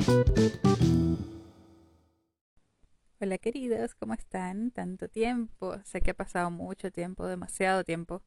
Hola queridos, ¿cómo están? Tanto tiempo, sé que ha pasado mucho tiempo, demasiado tiempo.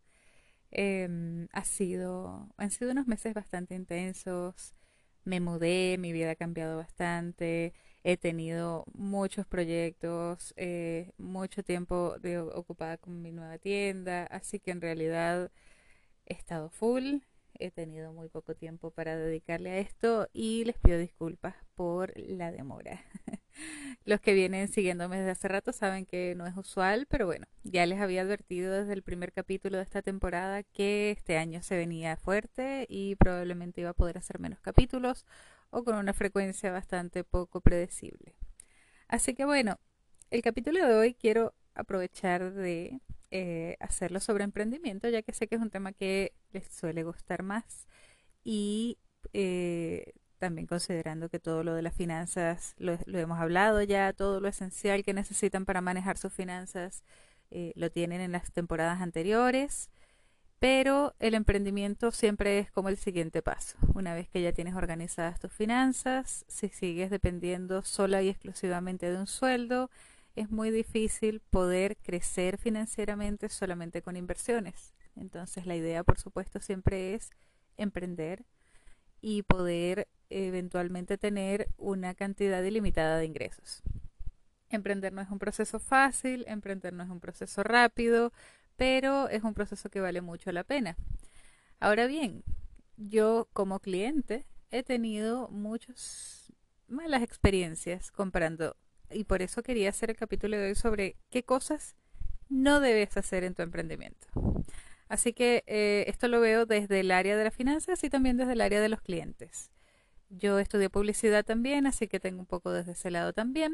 Han sido unos meses bastante intensos. Me mudé, mi vida ha cambiado bastante. He tenido muchos proyectos, mucho tiempo ocupada con mi nueva tienda, así que en realidad he estado full. He tenido muy poco tiempo para dedicarle a esto y les pido disculpas por la demora. Los que vienen siguiéndome desde hace rato saben que no es usual, pero bueno, ya les había advertido desde el primer capítulo de esta temporada que este año se venía fuerte y probablemente iba a poder hacer menos capítulos o con una frecuencia bastante poco predecible. Así que bueno, el capítulo de hoy quiero aprovechar de hacerlo sobre emprendimiento, ya que sé que es un tema que les suele gustar más y también considerando que todo lo de las finanzas lo hemos hablado ya, todo lo esencial que necesitan para manejar sus finanzas lo tienen en las temporadas anteriores, pero el emprendimiento siempre es como el siguiente paso. Una vez que ya tienes organizadas tus finanzas, si sigues dependiendo sola y exclusivamente de un sueldo, es muy difícil poder crecer financieramente solamente con inversiones. Entonces la idea, por supuesto, siempre es emprender y poder eventualmente tener una cantidad ilimitada de ingresos. Emprender no es un proceso fácil, emprender no es un proceso rápido, pero es un proceso que vale mucho la pena. Ahora bien, yo como cliente he tenido muchas malas experiencias comprando y por eso quería hacer el capítulo de hoy sobre qué cosas no debes hacer en tu emprendimiento. Así que esto lo veo desde el área de las finanzas y también desde el área de los clientes. Yo estudié publicidad también, así que tengo un poco desde ese lado también.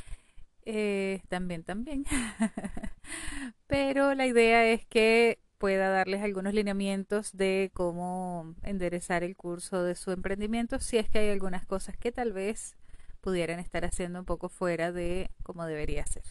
También. Pero la idea es que pueda darles algunos lineamientos de cómo enderezar el curso de su emprendimiento si es que hay algunas cosas que tal vez pudieran estar haciendo un poco fuera de cómo debería ser.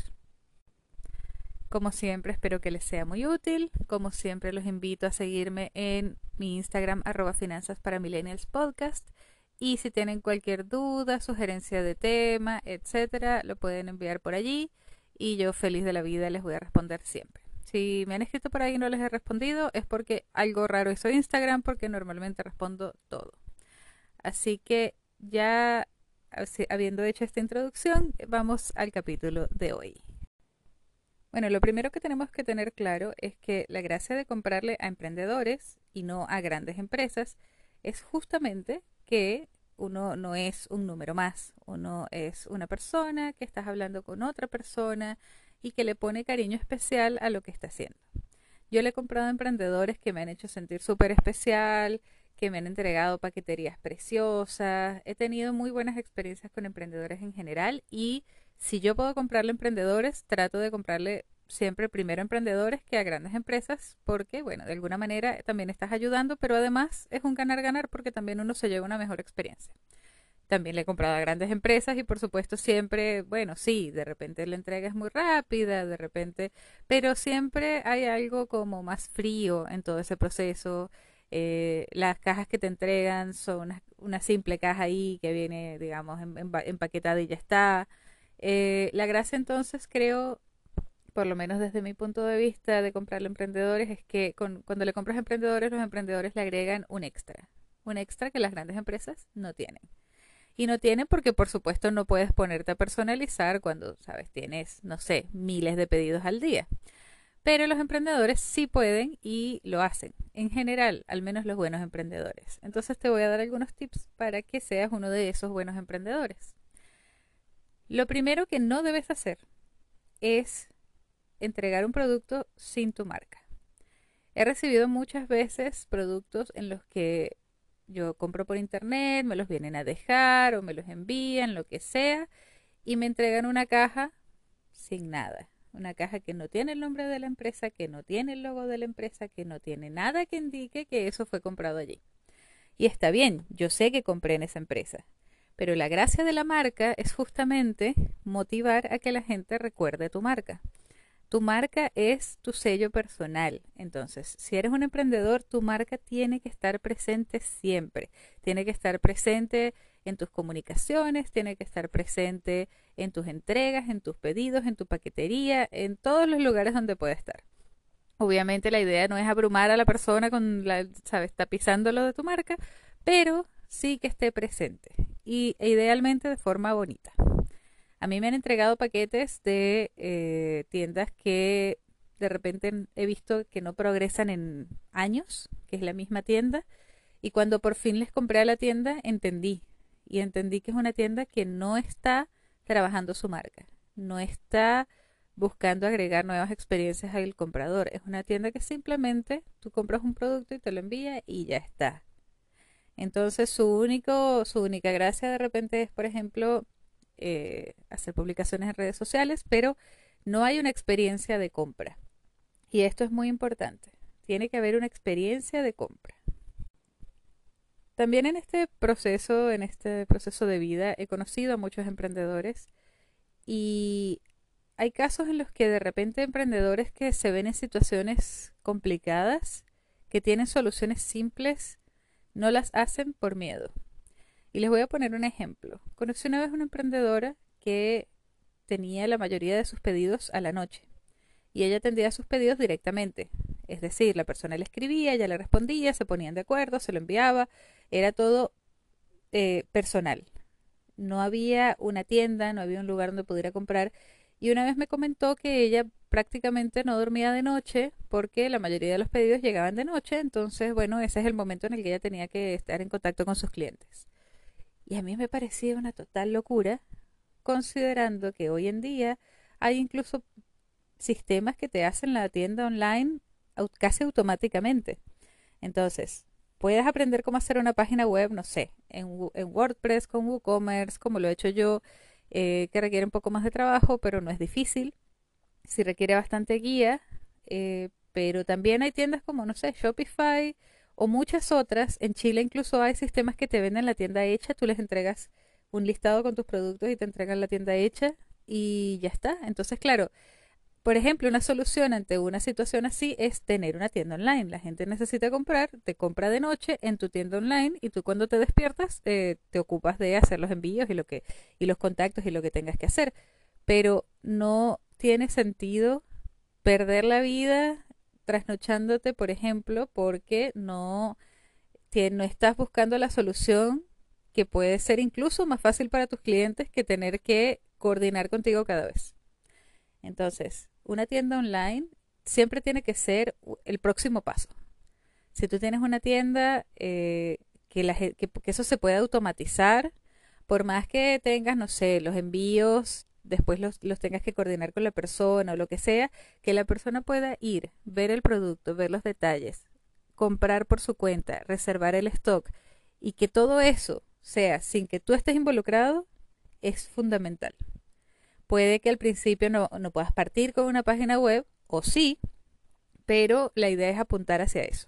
Como siempre, espero que les sea muy útil. Como siempre, los invito a seguirme en mi Instagram, @finanzas para millennials podcast. Y si tienen cualquier duda, sugerencia de tema, etcétera, lo pueden enviar por allí. Y yo feliz de la vida les voy a responder siempre. Si me han escrito por ahí y no les he respondido, es porque algo raro hizo Instagram, porque normalmente respondo todo. Así que ya habiendo hecho esta introducción, vamos al capítulo de hoy. Bueno, lo primero que tenemos que tener claro es que la gracia de comprarle a emprendedores y no a grandes empresas es justamente que uno no es un número más, uno es una persona que estás hablando con otra persona y que le pone cariño especial a lo que está haciendo. Yo le he comprado a emprendedores que me han hecho sentir súper especial, que me han entregado paqueterías preciosas, he tenido muy buenas experiencias con emprendedores en general y si yo puedo comprarle a emprendedores, trato de comprarle siempre primero a emprendedores que a grandes empresas, porque, bueno, de alguna manera también estás ayudando, pero además es un ganar-ganar porque también uno se lleva una mejor experiencia. También le he comprado a grandes empresas y por supuesto siempre, bueno, sí, de repente la entrega es muy rápida, de repente, pero siempre hay algo como más frío en todo ese proceso. Las cajas que te entregan son una simple caja ahí que viene, digamos, empaquetada y ya está. La gracia entonces creo, por lo menos desde mi punto de vista de comprarle a emprendedores, es que cuando le compras a emprendedores, los emprendedores le agregan un extra que las grandes empresas no tienen. Y no tienen porque, por supuesto, no puedes ponerte a personalizar cuando, sabes, tienes, no sé, miles de pedidos al día. Pero los emprendedores sí pueden y lo hacen. En general, al menos los buenos emprendedores. Entonces te voy a dar algunos tips para que seas uno de esos buenos emprendedores. Lo primero que no debes hacer es entregar un producto sin tu marca. He recibido muchas veces productos en los que yo compro por internet, me los vienen a dejar o me los envían, lo que sea, y me entregan una caja sin nada. Una caja que no tiene el nombre de la empresa, que no tiene el logo de la empresa, que no tiene nada que indique que eso fue comprado allí. Y está bien, yo sé que compré en esa empresa, pero la gracia de la marca es justamente motivar a que la gente recuerde tu marca. Tu marca es tu sello personal. Entonces, si eres un emprendedor, tu marca tiene que estar presente siempre. Tiene que estar presente en tus comunicaciones, tiene que estar presente en tus entregas, en tus pedidos, en tu paquetería, en todos los lugares donde puede estar. Obviamente la idea no es abrumar a la persona con la, sabes, tapizando de tu marca, pero sí que esté presente y e idealmente de forma bonita. A mí me han entregado paquetes de tiendas que de repente he visto que no progresan en años, que es la misma tienda, y cuando por fin les compré a la tienda entendí, y entendí que es una tienda que no está trabajando su marca, no está buscando agregar nuevas experiencias al comprador, es una tienda que simplemente tú compras un producto y te lo envía y ya está. Entonces su única gracia de repente es, por ejemplo, hacer publicaciones en redes sociales, pero no hay una experiencia de compra. Y esto es muy importante. Tiene que haber una experiencia de compra. También en este proceso de vida, he conocido a muchos emprendedores y hay casos en los que de repente emprendedores que se ven en situaciones complicadas, que tienen soluciones simples, no las hacen por miedo. Y les voy a poner un ejemplo. Conocí una vez una emprendedora que tenía la mayoría de sus pedidos a la noche y ella atendía sus pedidos directamente. Es decir, la persona le escribía, ella le respondía, se ponían de acuerdo, se lo enviaba, era todo personal. No había una tienda, no había un lugar donde pudiera comprar. Y una vez me comentó que ella prácticamente no dormía de noche porque la mayoría de los pedidos llegaban de noche. Entonces, bueno, ese es el momento en el que ella tenía que estar en contacto con sus clientes. Y a mí me parecía una total locura, considerando que hoy en día hay incluso sistemas que te hacen la tienda online casi automáticamente. Entonces, puedes aprender cómo hacer una página web, no sé, en WordPress, con WooCommerce, como lo he hecho yo, que requiere un poco más de trabajo, pero no es difícil. Sí requiere bastante guía, pero también hay tiendas como, no sé, Shopify o muchas otras. En Chile incluso hay sistemas que te venden la tienda hecha, tú les entregas un listado con tus productos y te entregan la tienda hecha y ya está. Entonces, claro, por ejemplo, una solución ante una situación así es tener una tienda online. La gente necesita comprar, te compra de noche en tu tienda online y tú cuando te despiertas te ocupas de hacer los envíos y los contactos y lo que tengas que hacer. Pero no tiene sentido perder la vida trasnochándote, por ejemplo, porque no estás buscando la solución que puede ser incluso más fácil para tus clientes que tener que coordinar contigo cada vez. Entonces, una tienda online siempre tiene que ser el próximo paso. Si tú tienes una tienda que eso se puede automatizar, por más que tengas, no sé, los envíos, después los tengas que coordinar con la persona o lo que sea, que la persona pueda ir, ver el producto, ver los detalles, comprar por su cuenta, reservar el stock y que todo eso sea sin que tú estés involucrado, es fundamental. Puede que al principio no puedas partir con una página web, o sí, pero la idea es apuntar hacia eso.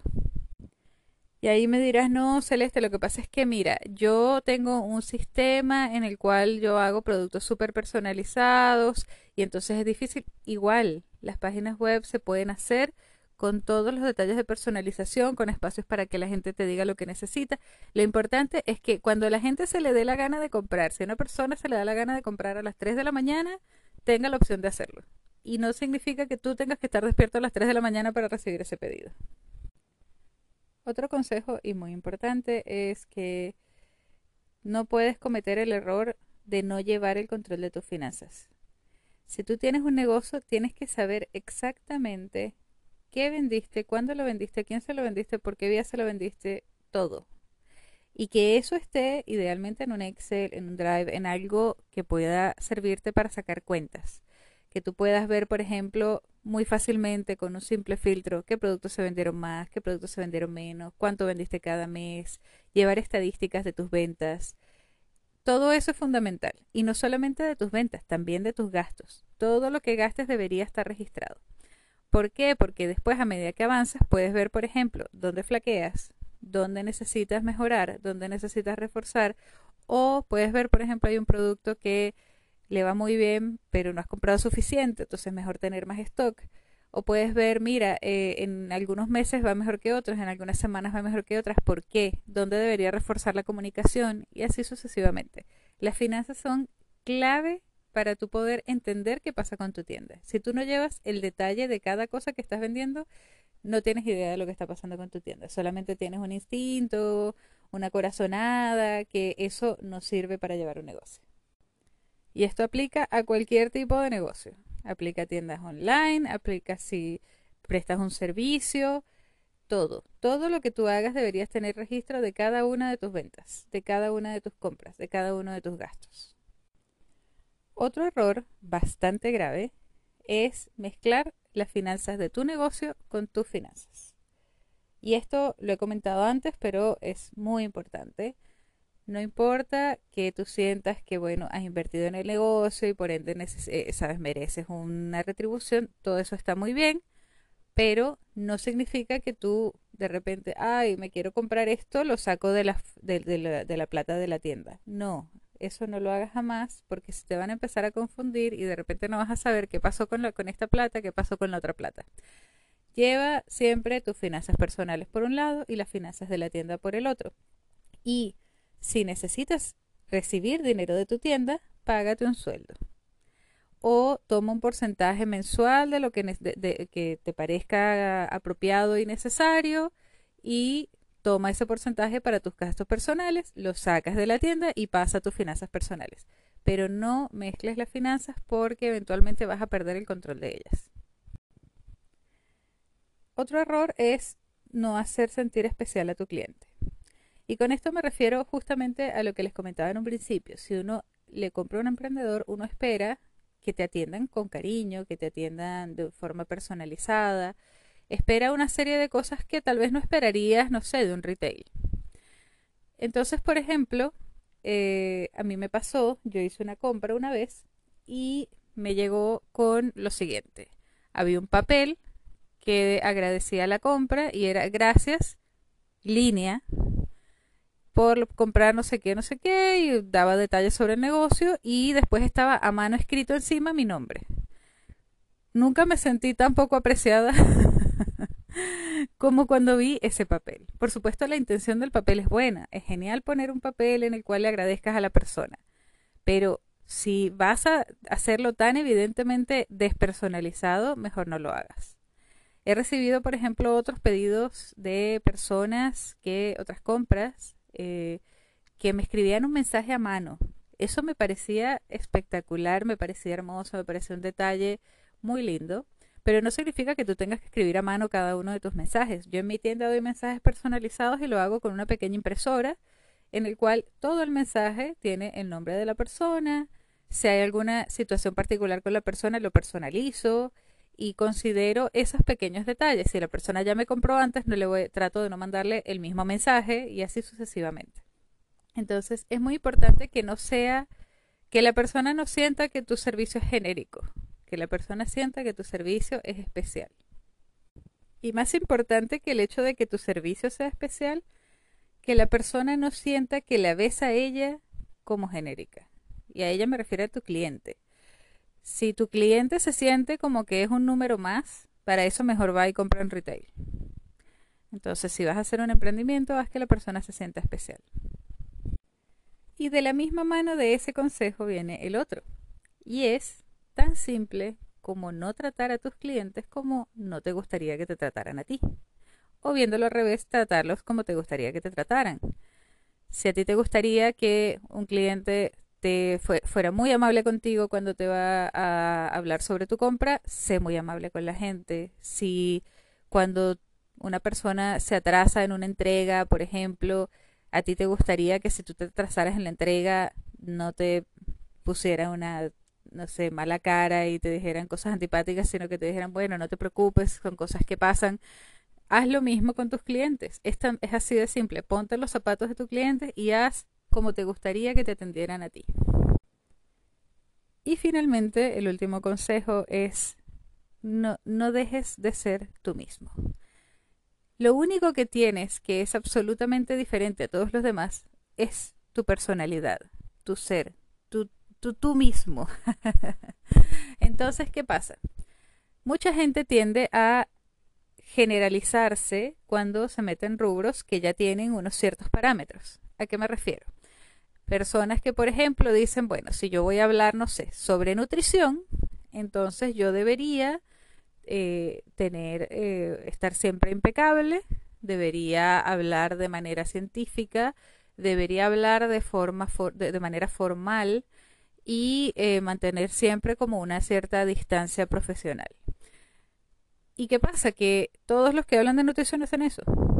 Y ahí me dirás, no, Celeste, lo que pasa es que mira, yo tengo un sistema en el cual yo hago productos súper personalizados y entonces es difícil. Igual, las páginas web se pueden hacer con todos los detalles de personalización, con espacios para que la gente te diga lo que necesita. Lo importante es que cuando la gente se le dé la gana de comprar, si a una persona se le da la gana de comprar a las 3 de la mañana, tenga la opción de hacerlo. Y no significa que tú tengas que estar despierto a las 3 de la mañana para recibir ese pedido. Otro consejo y muy importante es que no puedes cometer el error de no llevar el control de tus finanzas. Si tú tienes un negocio, tienes que saber exactamente qué vendiste, cuándo lo vendiste, a quién se lo vendiste, por qué vía se lo vendiste, todo. Y que eso esté idealmente en un Excel, en un Drive, en algo que pueda servirte para sacar cuentas. Que tú puedas ver, por ejemplo, muy fácilmente con un simple filtro qué productos se vendieron más, qué productos se vendieron menos, cuánto vendiste cada mes, llevar estadísticas de tus ventas. Todo eso es fundamental. Y no solamente de tus ventas, también de tus gastos. Todo lo que gastes debería estar registrado. ¿Por qué? Porque después, a medida que avanzas, puedes ver, por ejemplo, dónde flaqueas, dónde necesitas mejorar, dónde necesitas reforzar. O puedes ver, por ejemplo, hay un producto que le va muy bien, pero no has comprado suficiente, entonces es mejor tener más stock. O puedes ver, mira, en algunos meses va mejor que otros, en algunas semanas va mejor que otras. ¿Por qué? ¿Dónde debería reforzar la comunicación? Y así sucesivamente. Las finanzas son clave para tu poder entender qué pasa con tu tienda. Si tú no llevas el detalle de cada cosa que estás vendiendo, no tienes idea de lo que está pasando con tu tienda. Solamente tienes un instinto, una corazonada, que eso no sirve para llevar un negocio. Y esto aplica a cualquier tipo de negocio. Aplica a tiendas online, aplica si prestas un servicio, todo. Todo lo que tú hagas deberías tener registro de cada una de tus ventas, de cada una de tus compras, de cada uno de tus gastos. Otro error bastante grave es mezclar las finanzas de tu negocio con tus finanzas. Y esto lo he comentado antes, pero es muy importante. No importa que tú sientas que, bueno, has invertido en el negocio y por ende, sabes, mereces una retribución, todo eso está muy bien, pero no significa que tú de repente, ay, me quiero comprar esto, lo saco de la plata de la tienda. No, eso no lo hagas jamás porque se te van a empezar a confundir y de repente no vas a saber qué pasó con esta plata, qué pasó con la otra plata. Lleva siempre tus finanzas personales por un lado y las finanzas de la tienda por el otro. Y si necesitas recibir dinero de tu tienda, págate un sueldo. O toma un porcentaje mensual de lo que te parezca apropiado y necesario y toma ese porcentaje para tus gastos personales, lo sacas de la tienda y pasa a tus finanzas personales. Pero no mezcles las finanzas porque eventualmente vas a perder el control de ellas. Otro error es no hacer sentir especial a tu cliente. Y con esto me refiero justamente a lo que les comentaba en un principio. Si uno le compra a un emprendedor, uno espera que te atiendan con cariño, que te atiendan de forma personalizada. Espera una serie de cosas que tal vez no esperarías, no sé, de un retail. Entonces, por ejemplo, a mí me pasó, yo hice una compra una vez y me llegó con lo siguiente. Había un papel que agradecía la compra y era gracias, línea, por comprar no sé qué, y daba detalles sobre el negocio y después estaba a mano escrito encima mi nombre. Nunca me sentí tan poco apreciada como cuando vi ese papel. Por supuesto, la intención del papel es buena. Es genial poner un papel en el cual le agradezcas a la persona. Pero si vas a hacerlo tan evidentemente despersonalizado, mejor no lo hagas. He recibido, por ejemplo, otros pedidos de personas otras compras, que me escribían un mensaje a mano. Eso me parecía espectacular, me parecía hermoso, me parecía un detalle muy lindo, pero no significa que tú tengas que escribir a mano cada uno de tus mensajes. Yo en mi tienda doy mensajes personalizados y lo hago con una pequeña impresora en el cual todo el mensaje tiene el nombre de la persona. Si hay alguna situación particular con la persona, lo personalizo y considero esos pequeños detalles. Si la persona ya me compró antes, trato de no mandarle el mismo mensaje y así sucesivamente. Entonces es muy importante que la persona no sienta que tu servicio es genérico, que la persona sienta que tu servicio es especial. Y más importante que el hecho de que tu servicio sea especial, que la persona no sienta que la ves a ella como genérica. Y a ella me refiero a tu cliente. Si tu cliente se siente como que es un número más, para eso mejor va y compra en retail. Entonces, si vas a hacer un emprendimiento, haz que la persona se sienta especial. Y de la misma mano de ese consejo viene el otro. Y es tan simple como no tratar a tus clientes como no te gustaría que te trataran a ti. O viéndolo al revés, tratarlos como te gustaría que te trataran. Si a ti te gustaría que un cliente fuera muy amable contigo cuando te va a hablar sobre tu compra, sé muy amable con la gente. Si cuando una persona se atrasa en una entrega, por ejemplo, a ti te gustaría que si tú te atrasaras en la entrega no te pusiera una, no sé, mala cara y te dijeran cosas antipáticas, sino que te dijeran, bueno, no te preocupes, son cosas que pasan. Haz lo mismo con tus clientes. Es así de simple. Ponte en los zapatos de tu cliente y haz como te gustaría que te atendieran a ti. Y finalmente, el último consejo es no dejes de ser tú mismo. Lo único que tienes que es absolutamente diferente a todos los demás es tu personalidad, tu ser, tú mismo. Entonces, ¿qué pasa? mucha gente tiende a generalizarse cuando se mete en rubros que ya tienen unos ciertos parámetros. ¿A qué me refiero? Personas que, por ejemplo, dicen, bueno, si yo voy a hablar, no sé, sobre nutrición, entonces yo debería estar siempre impecable, debería hablar de manera científica, debería hablar de manera formal y mantener siempre como una cierta distancia profesional. ¿Y qué pasa? Que todos los que hablan de nutrición hacen eso.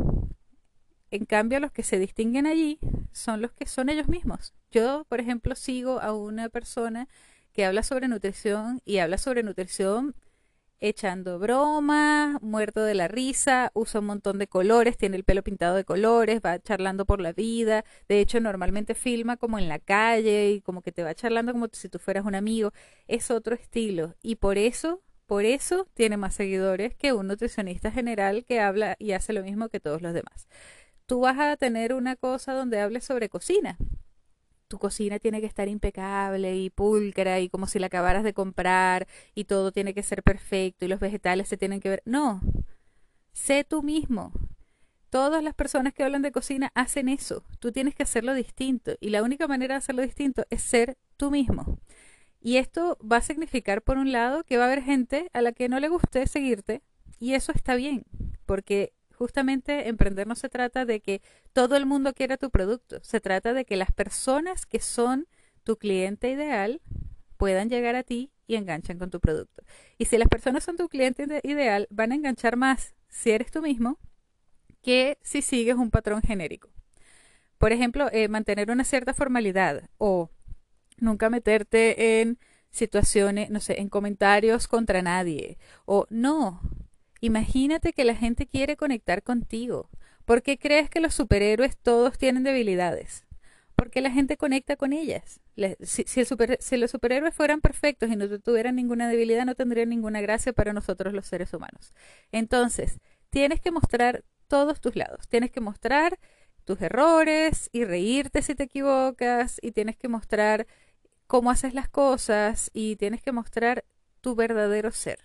En cambio, los que se distinguen allí son los que son ellos mismos. Yo, por ejemplo, sigo a una persona que habla sobre nutrición y habla sobre nutrición echando broma, muerto de la risa, usa un montón de colores, tiene el pelo pintado de colores, va charlando por la vida. De hecho, normalmente filma como en la calle y como que te va charlando como si tú fueras un amigo. Es otro estilo y por eso tiene más seguidores que un nutricionista general que habla y hace lo mismo que todos los demás. Tú vas a tener una cosa donde hables sobre cocina. Tu cocina tiene que estar impecable y pulcra y como si la acabaras de comprar y todo tiene que ser perfecto y los vegetales se tienen que ver. No, sé tú mismo. Todas las personas que hablan de cocina hacen eso. Tú tienes que hacerlo distinto y la única manera de hacerlo distinto es ser tú mismo. Y esto va a significar, por un lado, que va a haber gente a la que no le guste seguirte y eso está bien, porque justamente emprender no se trata de que todo el mundo quiera tu producto, se trata de que las personas que son tu cliente ideal puedan llegar a ti y enganchan con tu producto. Y si las personas son tu cliente ideal, van a enganchar más si eres tú mismo que si sigues un patrón genérico. Por ejemplo, mantener una cierta formalidad o nunca meterte en situaciones, no sé, en comentarios contra nadie. O no, imagínate que la gente quiere conectar contigo. ¿Por qué crees que los superhéroes todos tienen debilidades? Porque la gente conecta con ellas. Si los superhéroes fueran perfectos y no tuvieran ninguna debilidad, no tendrían ninguna gracia para nosotros los seres humanos. Entonces, tienes que mostrar todos tus lados. Tienes que mostrar tus errores y reírte si te equivocas y tienes que mostrar cómo haces las cosas y tienes que mostrar tu verdadero ser.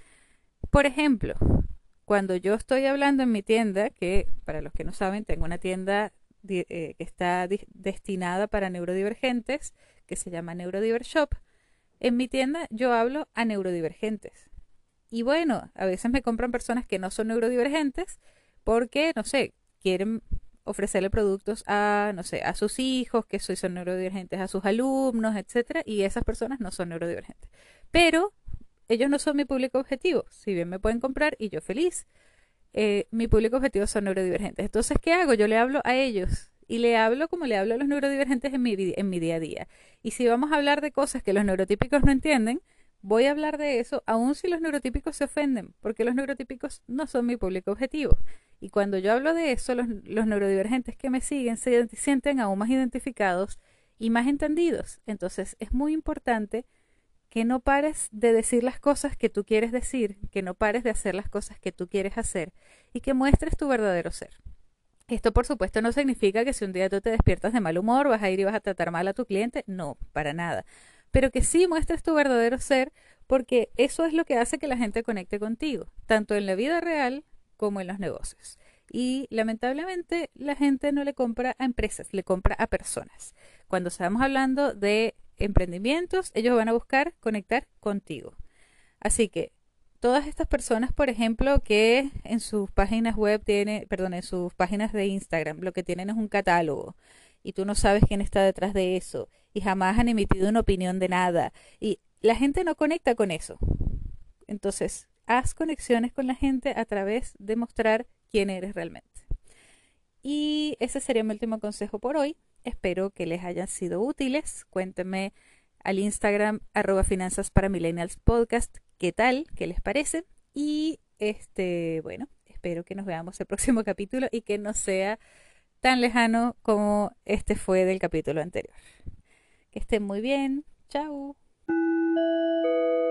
Por ejemplo, cuando yo estoy hablando en mi tienda, que para los que no saben, tengo una tienda que está destinada para neurodivergentes, que se llama Neurodiver Shop, en mi tienda yo hablo a neurodivergentes. Y bueno, a veces me compran personas que no son neurodivergentes porque, no sé, quieren ofrecerle productos a, no sé, a sus hijos que son neurodivergentes, a sus alumnos, etcétera, y esas personas no son neurodivergentes. Pero ellos no son mi público objetivo. Si bien me pueden comprar y yo feliz, mi público objetivo son neurodivergentes. Entonces, ¿qué hago? Yo le hablo a ellos y le hablo como le hablo a los neurodivergentes en mi día a día. Y si vamos a hablar de cosas que los neurotípicos no entienden, voy a hablar de eso, aun si los neurotípicos se ofenden, porque los neurotípicos no son mi público objetivo. Y cuando yo hablo de eso, los neurodivergentes que me siguen se sienten aún más identificados y más entendidos. Entonces, es muy importante que no pares de decir las cosas que tú quieres decir, que no pares de hacer las cosas que tú quieres hacer y que muestres tu verdadero ser. Esto, por supuesto, no significa que si un día tú te despiertas de mal humor, vas a ir y vas a tratar mal a tu cliente. No, para nada. Pero que sí muestres tu verdadero ser, porque eso es lo que hace que la gente conecte contigo, tanto en la vida real como en los negocios. Y lamentablemente la gente no le compra a empresas, le compra a personas. Cuando estamos hablando de emprendimientos, ellos van a buscar conectar contigo. Así que todas estas personas, por ejemplo, que en sus páginas web en sus páginas de Instagram, lo que tienen es un catálogo y tú no sabes quién está detrás de eso y jamás han emitido una opinión de nada y la gente no conecta con eso. Entonces, haz conexiones con la gente a través de mostrar quién eres realmente. Y ese sería mi último consejo por hoy. Espero que les hayan sido útiles. Cuéntenme al Instagram @finanzas para millennials podcast qué tal, qué les parece. Y bueno, espero que nos veamos el próximo capítulo y que no sea tan lejano como este fue del capítulo anterior. Que estén muy bien. Chao.